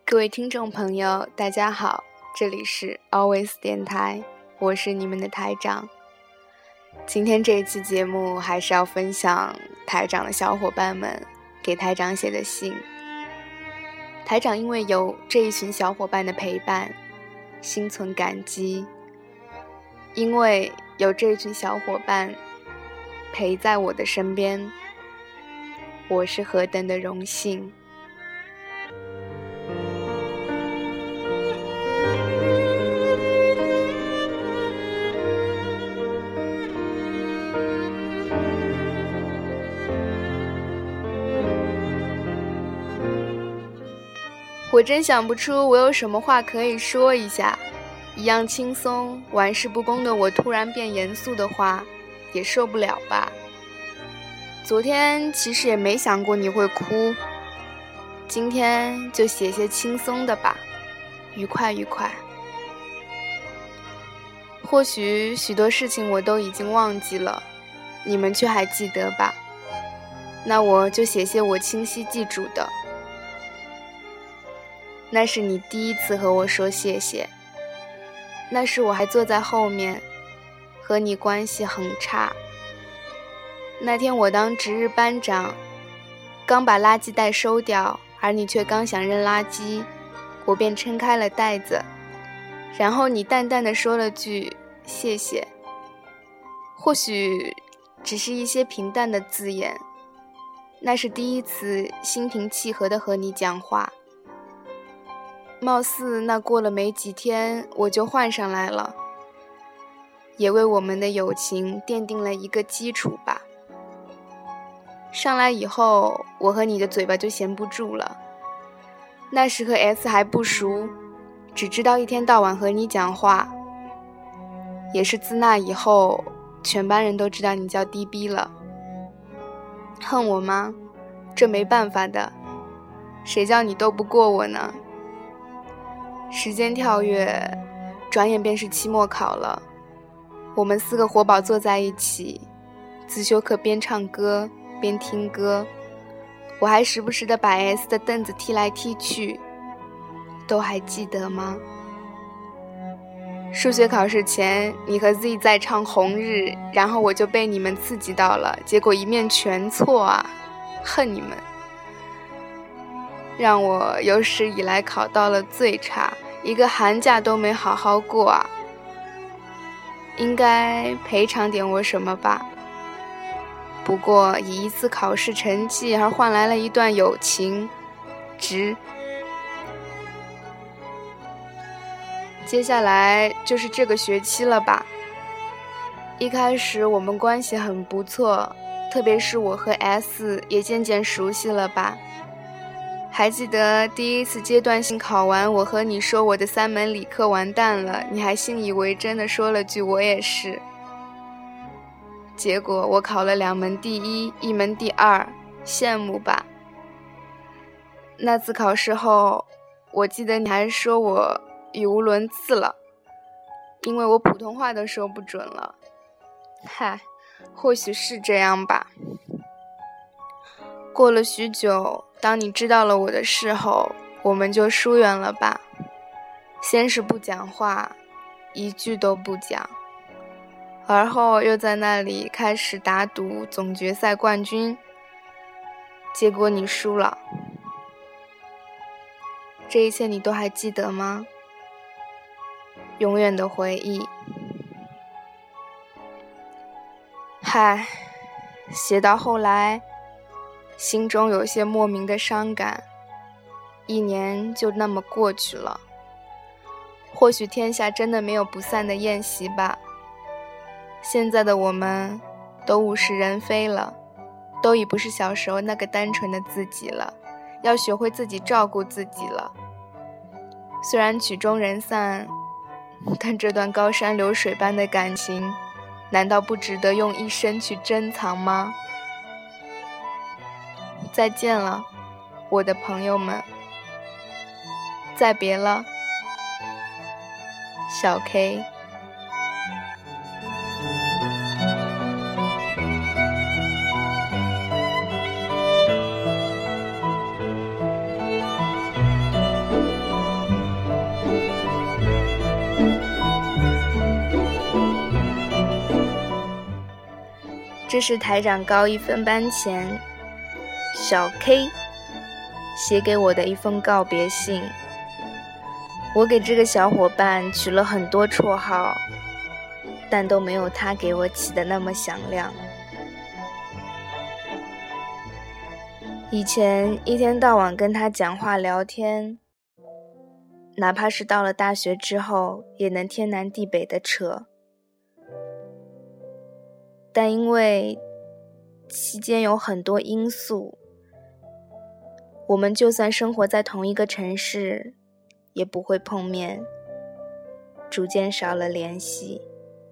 各位听众朋友大家好，这里是 Always 电台，我是你们的台长。今天这一期节目还是要分享台长的小伙伴们给台长写的信。台长因为有这一群小伙伴的陪伴，心存感激。因为有这一群小伙伴陪在我的身边，我是何等的荣幸。我真想不出我有什么话可以说一下，一样轻松玩世不恭的我突然变严肃的话也受不了吧。昨天其实也没想过你会哭，今天就写些轻松的吧，愉快愉快。或许许多事情我都已经忘记了，你们却还记得吧，那我就写些我清晰记住的。那是你第一次和我说谢谢，那时我还坐在后面，和你关系很差。那天我当值日班长，刚把垃圾袋收掉，而你却刚想扔垃圾，我便撑开了袋子，然后你淡淡地说了句谢谢。或许只是一些平淡的字眼，那是第一次心平气和地和你讲话。貌似那过了没几天我就换上来了，也为我们的友情奠定了一个基础吧。上来以后我和你的嘴巴就闲不住了，那时和 S 还不熟，只知道一天到晚和你讲话，也是自那以后全班人都知道你叫低逼了。恨我吗？这没办法的，谁叫你斗不过我呢？时间跳跃，转眼便是期末考了。我们4个活宝坐在一起，自修课边唱歌边听歌，我还时不时地把 S 的凳子踢来踢去，都还记得吗？数学考试前，你和 Z 在唱红日，然后我就被你们刺激到了，结果一面全错啊，恨你们，让我有史以来考到了最差，一个寒假都没好好过啊！应该赔偿点我什么吧？不过以一次考试成绩而换来了一段友情，值。接下来就是这个学期了吧？一开始我们关系很不错，特别是我和 S 也渐渐熟悉了吧？还记得第一次阶段性考完，我和你说我的3门理科完蛋了，你还信以为真的说了句我也是。结果我考了2门第1，1门第2，羡慕吧？那次考试后，我记得你还说我语无伦次了，因为我普通话都说不准了。嗨，或许是这样吧。过了许久，当你知道了我的事后，我们就疏远了吧。先是不讲话，一句都不讲，而后又在那里开始打赌总决赛冠军，结果你输了。这一切你都还记得吗？永远的回忆。嗨，写到后来心中有些莫名的伤感，1年就那么过去了。或许天下真的没有不散的宴席吧。现在的我们都物是人非了，都已不是小时候那个单纯的自己了，要学会自己照顾自己了。虽然曲终人散，但这段高山流水般的感情，难道不值得用一生去珍藏吗？再见了，我的朋友们，再别了，小 K。 这是台长高1分班前小 K 写给我的一封告别信。我给这个小伙伴取了很多绰号，但都没有他给我起的那么响亮。以前一天到晚跟他讲话聊天，哪怕是到了大学之后也能天南地北的扯，但因为期间有很多因素，我们就算生活在同一个城市也不会碰面，逐渐少了联系。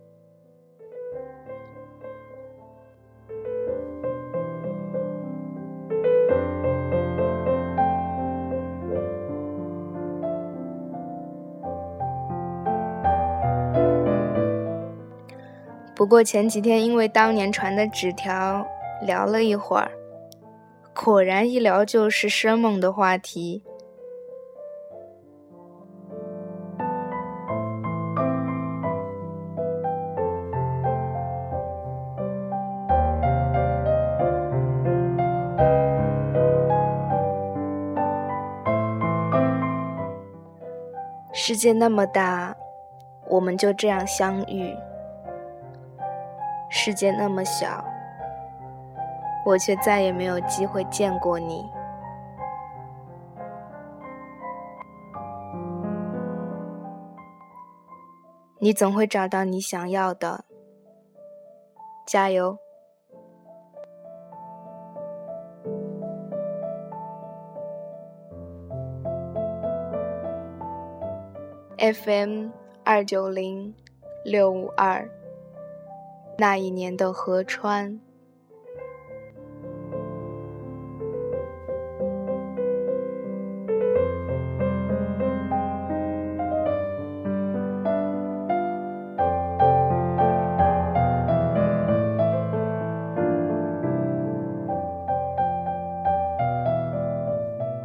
不过前几天因为当年传的纸条聊了一会儿，果然一聊就是生猛的话题。世界那么大，我们就这样相遇。世界那么小，我却再也没有机会见过你。你总会找到你想要的，加油。FM 290-652，那一年的河川。